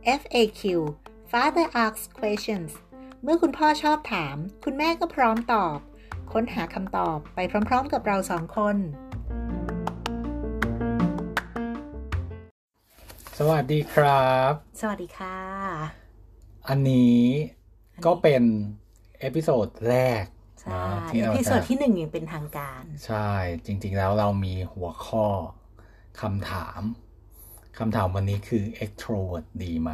FAQ Father Asks Questions เมื่อคุณพ่อชอบถามคุณแม่ก็พร้อมตอบค้นหาคำตอบไปพร้อมๆกับเราสองคนสวัสดีครับสวัสดีค่ะอันนี้ก็เป็นเอพิโซดแรกที่เอพิโซดที่1อย่างเป็นทางการใช่จริงๆแล้วเรามีหัวข้อคำถามวันนี้คือ extrovert ดีไหม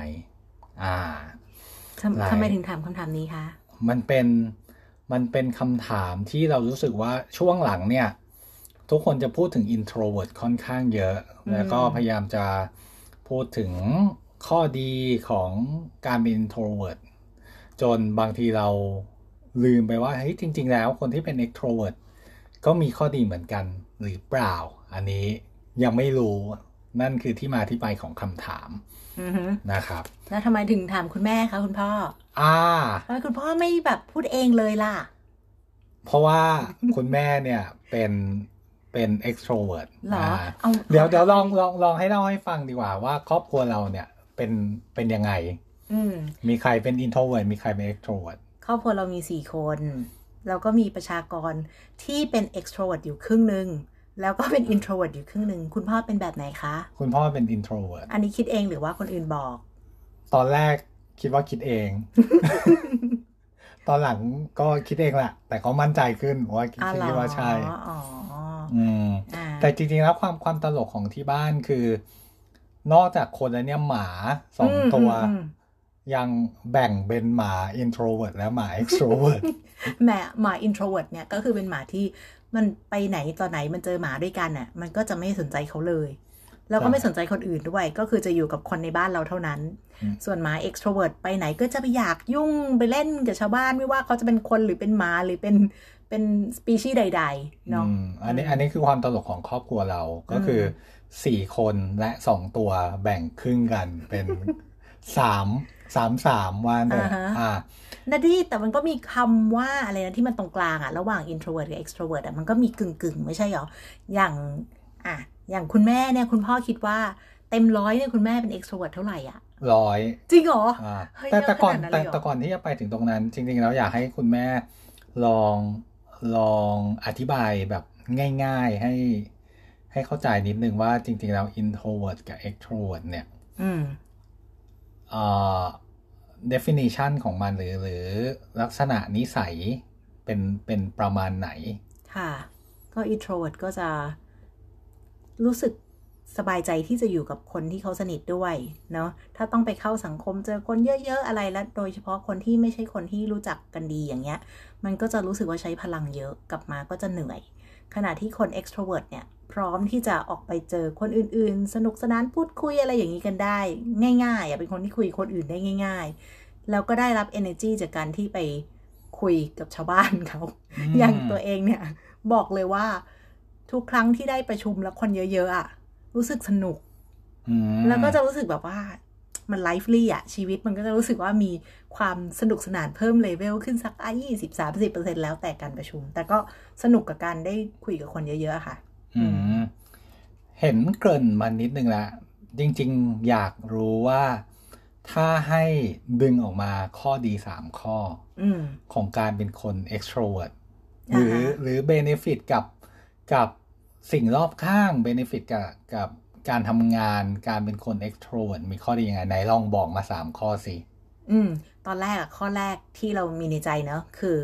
ทำไมถึงถามคำถามนี้คะมันเป็นคำถามที่เรารู้สึกว่าช่วงหลังเนี่ยทุกคนจะพูดถึง introvert ค่อนข้างเยอะแล้วก็พยายามจะพูดถึงข้อดีของการเป็น introvert จนบางทีเราลืมไปว่าเฮ้ยจริงๆแล้วคนที่เป็น extrovert ก็มีข้อดีเหมือนกันหรือเปล่าอันนี้ยังไม่รู้นั่นคือที่มาที่ไปของคำถามนะครับแล้วทำไมถึงถามคุณแม่คะคุณพ่อทำไมคุณพ่อไม่แบบพูดเองเลยล่ะเพราะว่าคุณแม่เนี่ยเป็น extrovert หรอเดี๋ยวลองให้เล่าให้ฟังดีกว่าว่าครอบครัวเราเนี่ยเป็นยังไงมีใครเป็น introvert มีใครเป็น extrovert ครอบครัวเรามี4คนแล้วก็มีประชากรที่เป็น extrovert อยู่ครึ่งนึงแล้วก็เป็น introvert อยู่ครึ่งนึงคุณพ่อเป็นแบบไหนคะคุณพ่อเป็น introvert อันนี้คิดเองหรือว่าคนอื่นบอกตอนแรกคิดว่าคิดเอง ตอนหลังก็คิดเองแหละแต่ก็มั่นใจขึ้นว่าคิดว่าใช่แต่จริงๆแล้วความตลกของที่บ้านคือนอกจากคนแล้วเนี่ยหมา2ตัวยังแบ่งเป็นหมา introvert และหมา extrovert หมา introvert เนี่ยก็คือเป็นหมาที่มันไปไหนต่อไหนมันเจอหมาด้วยกันน่ะมันก็จะไม่สนใจเขาเลยแล้วก็ไม่สนใจคนอื่นด้วยก็คือจะอยู่กับคนในบ้านเราเท่านั้นส่วนหมา extrovert ไปไหนก็จะไปอยากยุ่งไปเล่นกับชาวบ้านไม่ว่าเขาจะเป็นคนหรือเป็นหมาหรือเป็นสปีชีส์ใดๆเนาะอันนี้คือความตลกของครอบครัวเราก็คือ4คนและ2ตัวแบ่งครึ่งกันเป็น3ว่าเนี่ยนาดีแต่มันก็มีคำว่าอะไรนะที่มันตรงกลางอะระหว่าง introvert กับ extrovert อะมันก็มีกึ่งไม่ใช่หรออย่างคุณแม่เนี่ยคุณพ่อคิดว่าเต็ม100เนี่ยคุณแม่เป็น extrovert เท่าไหร่อ่ะ100จริงเหรอแต่ก่อนที่จะไปถึงตรงนั้นจริงๆแล้วอยากให้คุณแม่ลองอธิบายแบบง่ายๆให้เข้าใจนิดนึงว่าจริงๆแล้ว introvert กับ extrovert เนี่ยdefinition ของมันหรือลักษณะนิสัยเป็นประมาณไหนค่ะก็ introvert ก็จะรู้สึกสบายใจที่จะอยู่กับคนที่เขาสนิทด้วยเนาะถ้าต้องไปเข้าสังคมเจอคนเยอะๆอะไรแล้วโดยเฉพาะคนที่ไม่ใช่คนที่รู้จักกันดีอย่างเงี้ยมันก็จะรู้สึกว่าใช้พลังเยอะกลับมาก็จะเหนื่อยขณะที่คน extrovert เนี่ยพร้อมที่จะออกไปเจอคนอื่นๆสนุกสนานพูดคุยอะไรอย่างนี้กันได้ง่ายๆเป็นคนที่คุยคนอื่นได้ง่ายๆแล้วก็ได้รับ energy จากการที่ไปคุยกับชาวบ้านเขา อย่างตัวเองเนี่ยบอกเลยว่าทุกครั้งที่ได้ประชุมแล้วคนเยอะๆอ่ะรู้สึกสนุกแล้วก็จะรู้สึกแบบว่ามันไลฟ์ลี่อ่ะชีวิตมันก็จะรู้สึกว่ามีความสนุกสนานเพิ่มเลเวลขึ้นสัก20-30% แล้วแต่การประชุมแต่ก็สนุกกับการได้คุยกับคนเยอะๆค่ะเห็นเกริ่นมานิดนึงละจริงๆอยากรู้ว่าถ้าให้ดึงออกมาข้อดี3ข้อของการเป็นคน extrovert หรือ benefit กับสิ่งรอบข้าง benefit กับการทำงานการเป็นคน extrovert มีข้อดียังไงไหนลองบอกมา3ข้อสิตอนแรกข้อแรกที่เรามีในใจเนอะคือ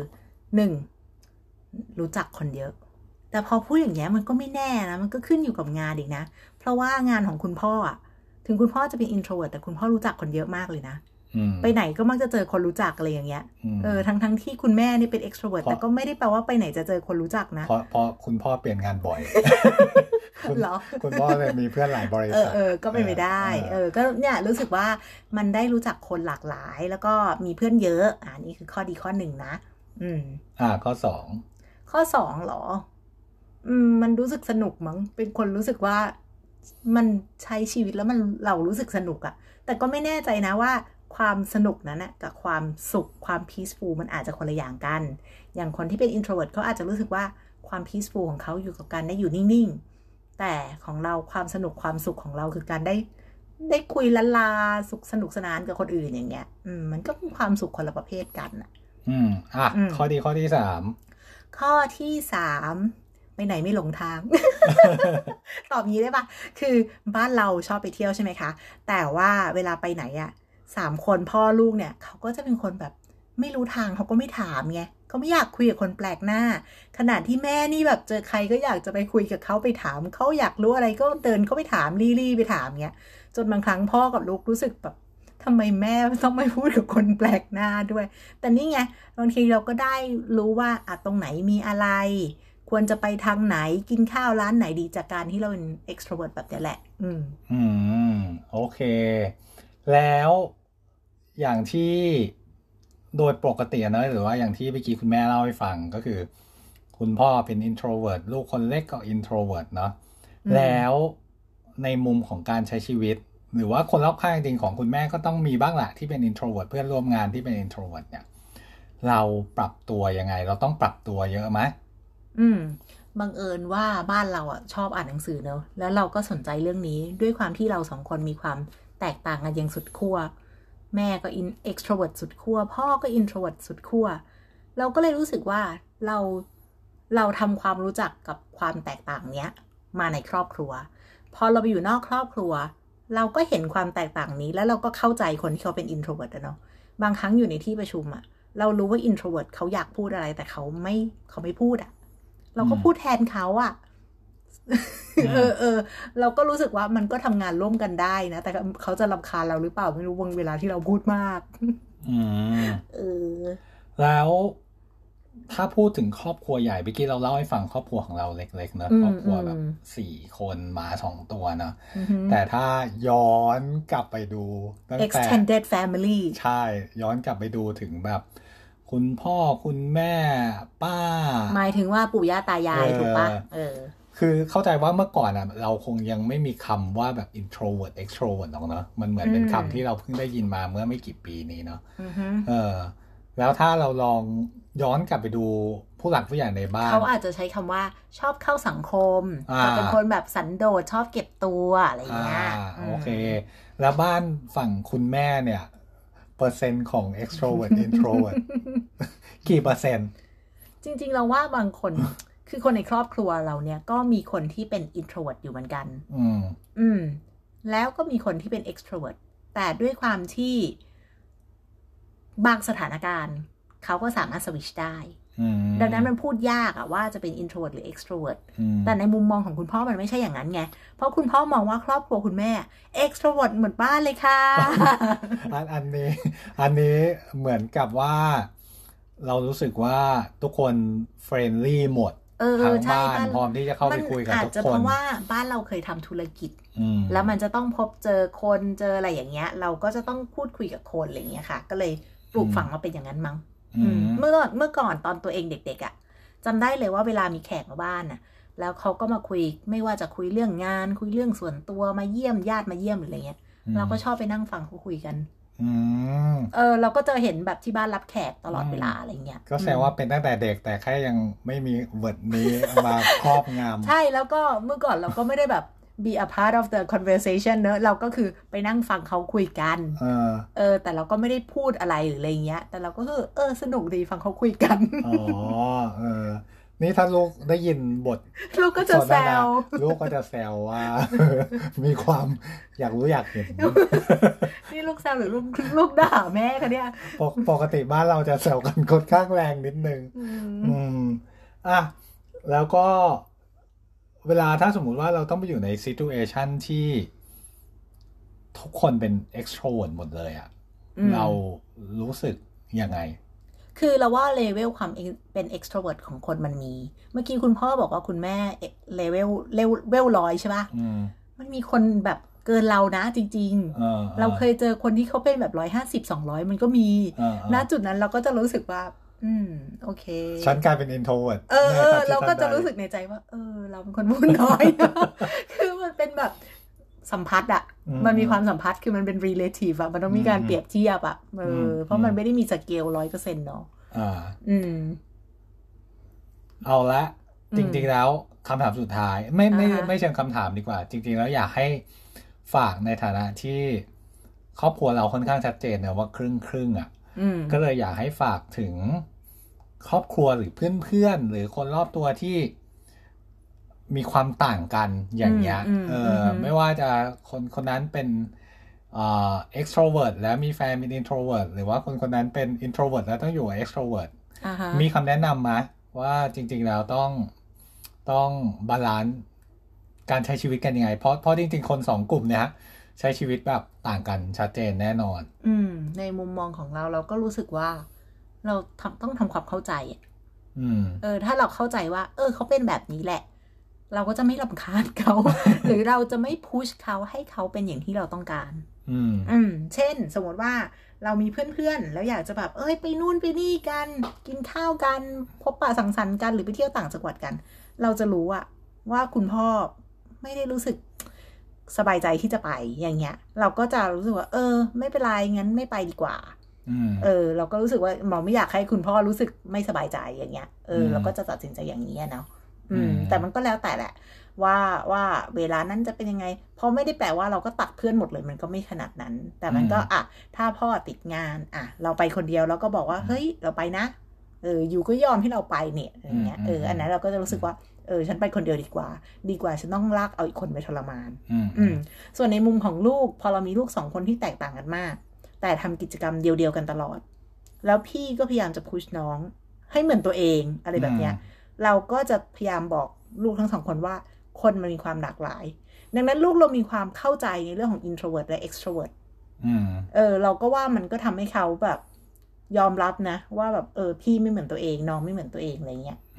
1รู้จักคนเยอะแต่พอพูดอย่างเงี้ยมันก็ไม่แน่นะมันก็ขึ้นอยู่กับงานอีกนะเพราะว่างานของคุณพ่ออ่ะถึงคุณพ่อจะเป็น introvert แต่คุณพ่อรู้จักคนเยอะมากเลยนะไปไหนก็มักจะเจอคนรู้จักอะไรอย่างเงี้ยทั้งที่คุณแม่นี่เป็น extrovert แต่ก็ไม่ได้แปลว่าไปไหนจะเจอคนรู้จักนะเพราะคุณพ่อเปลี่ยนงานบ่อยคุณพ่อเลยมีเพื่อนหลายบริษัทก็เป็นไปได้ก็เนี่ยรู้สึกว่ามันได้รู้จักคนหลากหลายแล้วก็มีเพื่อนเยอะนี่คือข้อดีข้อ1นะข้อ 2เหรอมันรู้สึกสนุกมั้งเป็นคนรู้สึกว่ามันใช้ชีวิตแล้วเรารู้สึกสนุกอะแต่ก็ไม่แน่ใจนะว่าความสนุกนั้นนะกับความสุขความ peaceful มันอาจจะคนละอย่างกันอย่างคนที่เป็น introvert เขาอาจจะรู้สึกว่าความ peaceful ของเขาอยู่กับการได้อยู่นิ่งๆแต่ของเราความสนุกความสุขของเราคือการได้ได้คุยละลาสุขสนุกสนานกับคนอื่นอย่างเงี้ยมันก็เป็นความสุขคนละประเภทกันอ่ะข้อที่สามข้อที่สามไปไหนไม่หลงทาง ตอบงี้ได้ปะคือบ้านเราชอบไปเที่ยวใช่ไหมคะแต่ว่าเวลาไปไหนอ่ะ3 คนพ่อลูกเนี่ยเขาก็จะเป็นคนแบบไม่รู้ทางเขาก็ไม่ถามไงเขาไม่อยากคุยกับคนแปลกหน้าขนาดที่แม่นี่แบบเจอใครก็อยากจะไปคุยกับเขาไปถามเขาอยากรู้อะไรก็เดินเขาไปถามรี่ไปถามเงี้ยจนบางครั้งพ่อกับลูกรู้สึกแบบทำไมแม่ต้องไม่พูดกับคนแปลกหน้าด้วยแต่นี่ไงบางทีเราก็ได้รู้ว่าตรงไหนมีอะไรควรจะไปทางไหนกินข้าวร้านไหนดีจากการที่เราเป็น extrovert แบบนี้แหละโอเคแล้วอย่างที่โดยปกตินะหรือว่าอย่างที่เมื่อกี้คุณแม่เล่าให้ฟังก็คือคุณพ่อเป็น introvert ลูกคนเล็กก็ introvert เนาะแล้วในมุมของการใช้ชีวิตหรือว่าคนรอบข้างจริงของคุณแม่ก็ต้องมีบ้างแหละที่เป็น introvert เพื่อนร่วมงานที่เป็น introvert เนี่ยเราปรับตัวยังไงเราต้องปรับตัวเยอะไหมบังเอิญว่าบ้านเราชอบอ่านหนังสือเนอะแล้วเราก็สนใจเรื่องนี้ด้วยความที่เรา2 คนมีความแตกต่างกันอย่างสุดขั้วแม่ก็extrovert สุดขั้วพ่อก็ introvert สุดขั้วเราก็เลยรู้สึกว่าเราทำความรู้จักกับความแตกต่างเนี้ยมาในครอบครัวพอเราไปอยู่นอกครอบครัวเราก็เห็นความแตกต่างนี้แล้วเราก็เข้าใจคนที่เขาเป็น introvert เนาะบางครั้งอยู่ในที่ประชุมเรารู้ว่า introvert เขาอยากพูดอะไรแต่เขาไม่พูดเราก็พูดแทนเขาเราก็รู้สึกว่ามันก็ทำงานร่วมกันได้นะแต่เขาจะรำคาญเราหรือเปล่าไม่รู้บางเวลาที่เราพูดมากแล้วถ้าพูดถึงครอบครัวใหญ่เมื่อกี้เราเล่าให้ฟังครอบครัวของเราเล็กๆนะครอบครัวแบบ4 คนหมา2 ตัวนะแต่ถ้าย้อนกลับไปดูตั้งแต่ extended family ใช่ย้อนกลับไปดูถึงแบบคุณพ่อคุณแม่ป้าหมายถึงว่าปู่ย่าตายายถูกปะคือเข้าใจว่าเมื่อก่อนเราคงยังไม่มีคำว่าแบบ introvert extrovert หรอกเนาะมันเหมือนเป็นคำที่เราเพิ่งได้ยินมาเมื่อไม่กี่ปีนี้เนาะแล้วถ้าเราลองย้อนกลับไปดูผู้หลักผู้ใหญ่ในบ้านเขาอาจจะใช้คำว่าชอบเข้าสังคมจะเป็นคนแบบสันโดษชอบเก็บตัวอะไรอย่างเงี้ยโอเคแล้วบ้านฝั่งคุณแม่เนี่ยเปอร์เซ็นต์ของ extrovert introvert กี่เปอร์เซ็นต์จริงๆเราว่าบางคนคือคนในครอบครัวเราเนี่ยก็มีคนที่เป็น introvert อยู่เหมือนกันแล้วก็มีคนที่เป็น extrovert แต่ด้วยความที่บางสถานการณ์เขาก็สามารถสวิตช์ได้ดังนั้นมันพูดยากว่าจะเป็น introvert หรือ extrovert แต่ในมุมมองของคุณพ่อมันไม่ใช่อย่างนั้นไงเพราะคุณพ่อมองว่าครอบครัวคุณแม่ extrovert เหมือนบ้านเลยค่ะอันนี้เหมือนกับว่าเรารู้สึกว่าทุกคนเฟรนลี่หมดทั้งบ้านพร้อมที่จะเข้าไปคุยกับทุกคนอาจจะเพราะว่าบ้านเราเคยทำธุรกิจแล้วมันจะต้องพบเจอคนเจออะไรอย่างเงี้ยเราก็จะต้องพูดคุยกับคนอะไรอย่างเงี้ยค่ะก็เลยปลูกฝังมาเป็นอย่างนั้นมั้งเมื่อก่อนตอนตัวเองเด็กๆจำได้เลยว่าเวลามีแขกมาบ้านแล้วเขาก็มาคุยไม่ว่าจะคุยเรื่องงานคุยเรื่องส่วนตัวมาเยี่ยมญาติมาเยี่ยมหรืออะไรเงี้ยเราก็ชอบไปนั่งฟังเขาคุยกันเราก็จะเห็นแบบที่บ้านรับแขกตลอดเวลาอะไรเงี้ยก็แสดงว่าเป็นตั้งแต่เด็กแต่แค่ยังไม่มีเวิร์ดนี้มาครอบงำใช่แล้วก็เมื่อก่อนเราก็ไม่ได้แบบ be a part of the conversation เนอะเราก็คือไปนั่งฟังเขาคุยกันแต่เราก็ไม่ได้พูดอะไรหรืออะไรเงี้ยแต่เราก็คือสนุกดีฟังเขาคุยกันนี่ถ้าลูกได้ยินบทลูกก็จะแซวลูกก็จะแซวว่ามีความอยากรู้อยากเห็นนี่ลูกแซวหรือลูกด่าแม่คะเนี่ยปกติบ้านเราจะแซวกันค่อนข้างแรงนิดนึงแล้วก็เวลาถ้าสมมุติว่าเราต้องไปอยู่ใน situation ที่ทุกคนเป็น extrovert หมดเลยเรารู้สึกยังไงคือเราว่าเลเวลความเป็น extrovert ของคนมันมีเมื่อกี้คุณพ่อบอกว่าคุณแม่เลเวล100ใช่ป่ะมันมีคนแบบเกินเรานะจริงๆเราเคยเจอคนที่เขาเป็นแบบ150-200มันก็มีณจุดนั้นเราก็จะรู้สึกว่าโอเคฉันกลายเป็น introvert เราก็จะรู้สึกในใจว่าเราเป็นคนพูดน้อยนะคือมันเป็นแบบสัมพัทธ์มันมีความสัมพัทธ์คือมันเป็น relative มันต้องมีการเปรียบเทียบเพราะมันไม่ได้มีสเกล 100% เนาะเอาละจริงๆแล้วคำถามสุดท้ายไม่เชิงคำถามดีกว่าจริงๆแล้วอยากให้ฝากในฐานะที่ครอบครัวเราค่อนข้างชัดเจนนะว่าครึ่งอ่ะก็เลยอยากให้ฝากถึงครอบครัวหรือเพื่อนๆหรือคนรอบตัวที่มีความต่างกันอย่างเงี้ยไม่ว่าจะคนนั้นเป็นextrovert แล้วมีแฟนเป็น introvert หรือว่าคนนั้นเป็น introvert แล้วต้องอยู่กับ extrovert มีคำแนะนำไหมว่าจริงๆแล้วต้องบาลานซ์การใช้ชีวิตกันยังไงเพราะจริงๆคนสองกลุ่มเนี่ยใช้ชีวิตแบบต่างกันชัดเจนแน่นอนในมุมมองของเราก็รู้สึกว่าเราต้องทำความเข้าใจถ้าเราเข้าใจว่าเขาเป็นแบบนี้แหละเราก็จะไม่รำคาญเขา หรือเราจะไม่พุชเขาให้เขาเป็นอย่างที่เราต้องการเช่นสมมติว่าเรามีเพื่อนๆแล้วอยากจะแบบไปนู่นไปนี่กันกินข้าวกันพบปะสังสรรค์กันหรือไปเที่ยวต่างจังหวัดกันเราจะรู้ว่าคุณพ่อไม่ได้รู้สึกสบายใจที่จะไปอย่างเงี้ยเราก็จะรู้สึกว่าไม่เป็นไรงั้นไม่ไปดีกว่าเราก็รู้สึกว่าเราไม่อยากให้คุณพ่อรู้สึกไม่สบายใจอย่างเงี้ยเราก็จะตัดสินใจอย่างนี้เนาะแต่มันก็แล้วแต่แหละว่าเวลานั้นจะเป็นยังไงเพราะไม่ได้แปลว่าเราก็ตัดเพื่อนหมดเลยมันก็ไม่ขนาดนั้นแต่มันก็ถ้าพ่อติดงานเราไปคนเดียวแล้วก็บอกว่าเฮ้ยเราไปนะอยู่ก็ยอมให้เราไปเนี่ยอย่างเงี้ยอันนั้นเราก็จะรู้สึกว่าฉันไปคนเดียวดีกว่าฉันต้องลากเอาอีกคนไปทรมานส่วนในมุมของลูกพอเรามีลูก2คนที่แตกต่างกันมากแต่ทำกิจกรรมเดียวกันตลอดแล้วพี่ก็พยายามจะพุชน้องให้เหมือนตัวเองอะไรแบบเนี้ยเราก็จะพยายามบอกลูกทั้ง2คนว่าคนมันมีความหลากหลายดังนั้นลูกเรามีความเข้าใจในเรื่องของ introvert และ extrovert เราก็ว่ามันก็ทำให้เขาแบบยอมรับนะว่าแบบพี่ไม่เหมือนตัวเองน้องไม่เหมือนตัวเองอะไรเงี้ย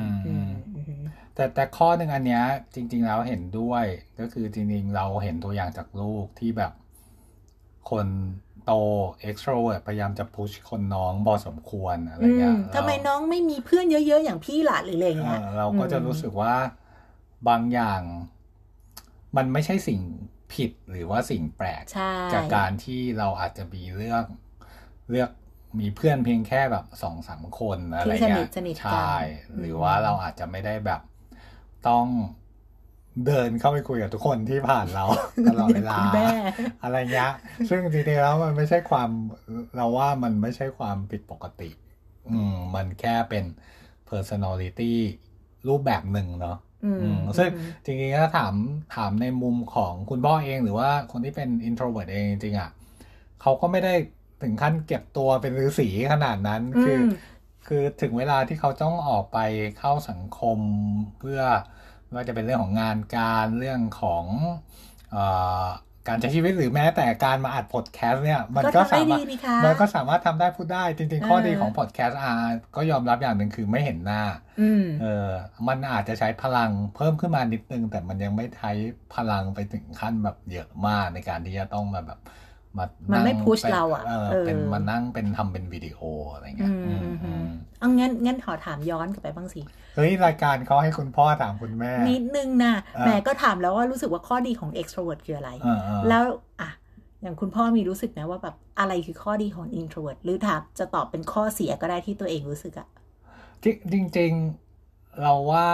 แต่ข้อหนึ่งอันเนี้ยจริงๆแล้วเห็นด้วยก็คือจริงๆเราเห็นตัวอย่างจากลูกที่แบบคนโต extrovert พยายามจะพุชคนน้องพอสมควรอะไรเงี้ยทำไมน้องไม่มีเพื่อนเยอะๆอย่างพี่ล่ะหรืออะไรเงี้ยเราก็จะรู้สึกว่าบางอย่างมันไม่ใช่สิ่งผิดหรือว่าสิ่งแปลกจากการที่เราอาจจะมีเลือกมีเพื่อนเพียงแค่แบบ 2-3 คนอะไรเงี้ยใช่หรือว่าเราอาจจะไม่ได้แบบต้องเดินเข้าไปคุยกับทุกคนที่ผ่านเราตลอดเวลาอะไรเงี้ยซึ่งจริงๆแล้วมันไม่ใช่ความเราว่ามันไม่ใช่ความผิดปกติมันแค่เป็น personality รูปแบบหนึ่งเนาะซึ่งจริงๆถ้าถามในมุมของคุณพ่อเองหรือว่าคนที่เป็น introvert เองจริงๆเขาก็ไม่ได้ถึงขั้นเก็บตัวเป็นฤาษีขนาดนั้นคือถึงเวลาที่เขาต้องออกไปเข้าสังคมเพื่อว่าจะเป็นเรื่องของงานการเรื่องของการใช้ชีวิตหรือแม้แต่การมาอัดพอดแคสต์เนี่ยมันก็สามารถทำได้พูดได้จริงๆข้อดีของพอดแคสต์ก็ยอมรับอย่างหนึ่งคือไม่เห็นหน้ามันอาจจะใช้พลังเพิ่มขึ้นมานิดนึงแต่มันยังไม่ใช้พลังไปถึงขั้นแบบเยอะมากในการที่จะต้องมาแบบมันไม่พุชเราเป็นมานั่งเป็นทำเป็นวิดีโออะไรเงี้ยงั้นขอถามย้อนกลับไปบ้างสิเฮ้ยรายการเขาให้คุณพ่อถามคุณแม่นิดนึงนะแม่ก็ถามแล้วว่ารู้สึกว่าข้อดีของ extrovert คืออะไรแล้วอย่างคุณพ่อมีรู้สึกนะว่าแบบอะไรคือข้อดีของ introvert หรือถามจะตอบเป็นข้อเสียก็ได้ที่ตัวเองรู้สึกจริงๆเราว่า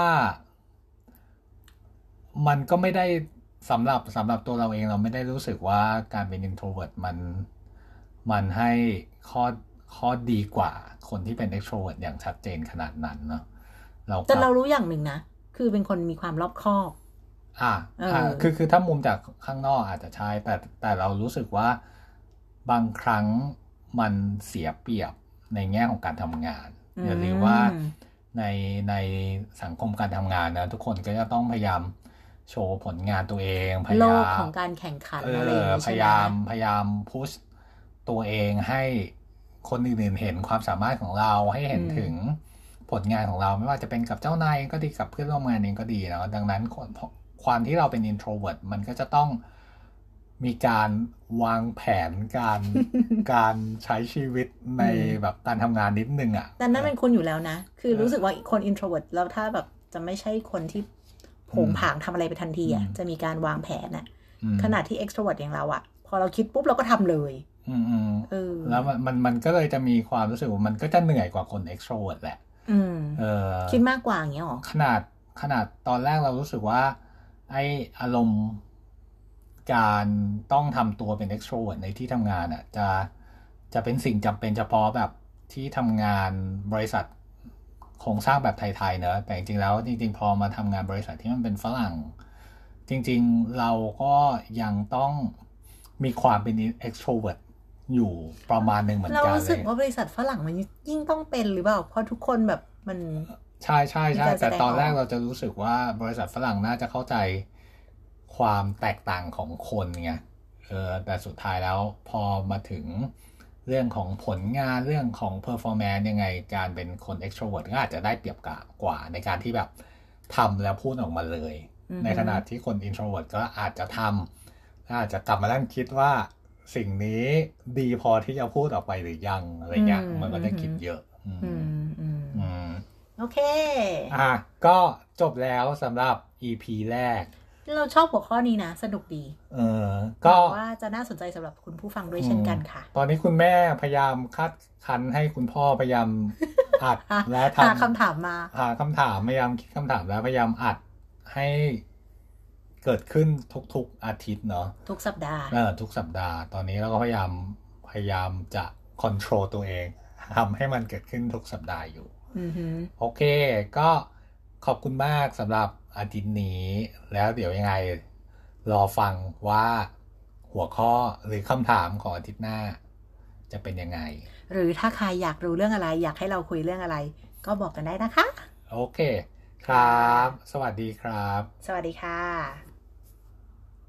มันก็ไม่ได้สำหรับตัวเราเองเราไม่ได้รู้สึกว่าการเป็น introvert มันให้ข้อดีกว่าคนที่เป็น extrovert อย่างชัดเจนขนาดนั้นเนาะแต่เรารู้อย่างหนึ่งนะคือเป็นคนมีความรอบคอบคือถ้ามุมจากข้างนอกอาจจะใช่แต่เรารู้สึกว่าบางครั้งมันเสียเปรียบในแง่ของการทำงานหรือว่าในสังคมการทำงานนะทุกคนก็จะต้องพยายามโชว์ผลงานตัวเองโลกของการแข่งขันอะไรพยายามพุชตัวเองให้คนอื่นๆเห็นความสามารถของเราให้เห็นถึงผลงานของเราไม่ว่าจะเป็นกับเจ้านายก็ดีกับเพื่อนร่วมงานเองก็ดีนะดังนั้นความที่เราเป็น introvert มันก็จะต้องมีการวางแผนการใช้ชีวิตในแบบการทำงานนิดนึงแต่นั่นเป็นคนอยู่แล้วนะคือรู้สึกว่าคน introvert แล้วถ้าแบบจะไม่ใช่คนที่โผงผางทำอะไรไปทันทีจะมีการวางแผนขณะที่ extrovert อย่างเราพอเราคิดปุ๊บเราก็ทำเลยแล้วมันก็เลยจะมีความรู้สึกว่ามันก็จะเหนื่อยกว่าคน extrovert แหละคิดมากกว่าอย่างเงี้ยหรอขนาดตอนแรกเรารู้สึกว่าไออารมณ์การต้องทำตัวเป็น extrovert ในที่ทำงานอ่ะจะเป็นสิ่งจำเป็นเฉพาะแบบที่ทำงานบริษัทโครงสร้างแบบไทยๆเนอะแต่จริงๆแล้วจริงๆพอมาทำงานบริษัทที่มันเป็นฝรั่งจริงๆเราก็ยังต้องมีความเป็น extrovert อยู่ประมาณหนึ่งเหมือนกันเลยเรารู้สึกว่าบริษัทฝรั่งมันยิ่งต้องเป็นหรือเปล่าเพราะทุกคนแบบมันใช่แต่ตอนแรกเราจะรู้สึกว่าบริษัทฝรั่งน่าจะเข้าใจความแตกต่างของคนไงแต่สุดท้ายแล้วพอมาถึงเรื่องของผลงานเรื่องของ performance ยังไงการเป็นคน extrovert ก็อาจจะได้เปรียบกว่าในการที่แบบทำแล้วพูดออกมาเลยในขณะที่คน introvert ก็อาจจะทำอาจจะกลับมานั่งคิดว่าสิ่งนี้ดีพอที่จะพูดออกไปหรือยังอะไรเงี้ยมันก็จะคิดเยอะโอเคก็จบแล้วสำหรับ EP แรกเราชอบหัวข้อนี้นะสนุกดีก็ว่าจะน่าสนใจสำหรับคุณผู้ฟังด้วยเช่นกันค่ะตอนนี้คุณแม่พยายามคัดให้คุณพ่อพยายามอัดและทำหาคำถามมาหาคำถามพยายามคิดคำถามแล้วพยายามอัดให้เกิดขึ้นทุกอาทิตย์เนาะทุกสัปดาห์ทุกสัปดาห์ตอนนี้เราก็พยายามจะคอนโทรลตัวเองทำให้มันเกิดขึ้นทุกสัปดาห์อยู่โอเคก็ขอบคุณมากสำหรับอาทิตย์นี้แล้วเดี๋ยวยังไงรอฟังว่าหัวข้อหรือคำถามของอาทิตย์หน้าจะเป็นยังไงหรือถ้าใครอยากรู้เรื่องอะไรอยากให้เราคุยเรื่องอะไรก็บอกกันได้นะคะโอเคครับสวัสดีครับสวัสดีค่ะ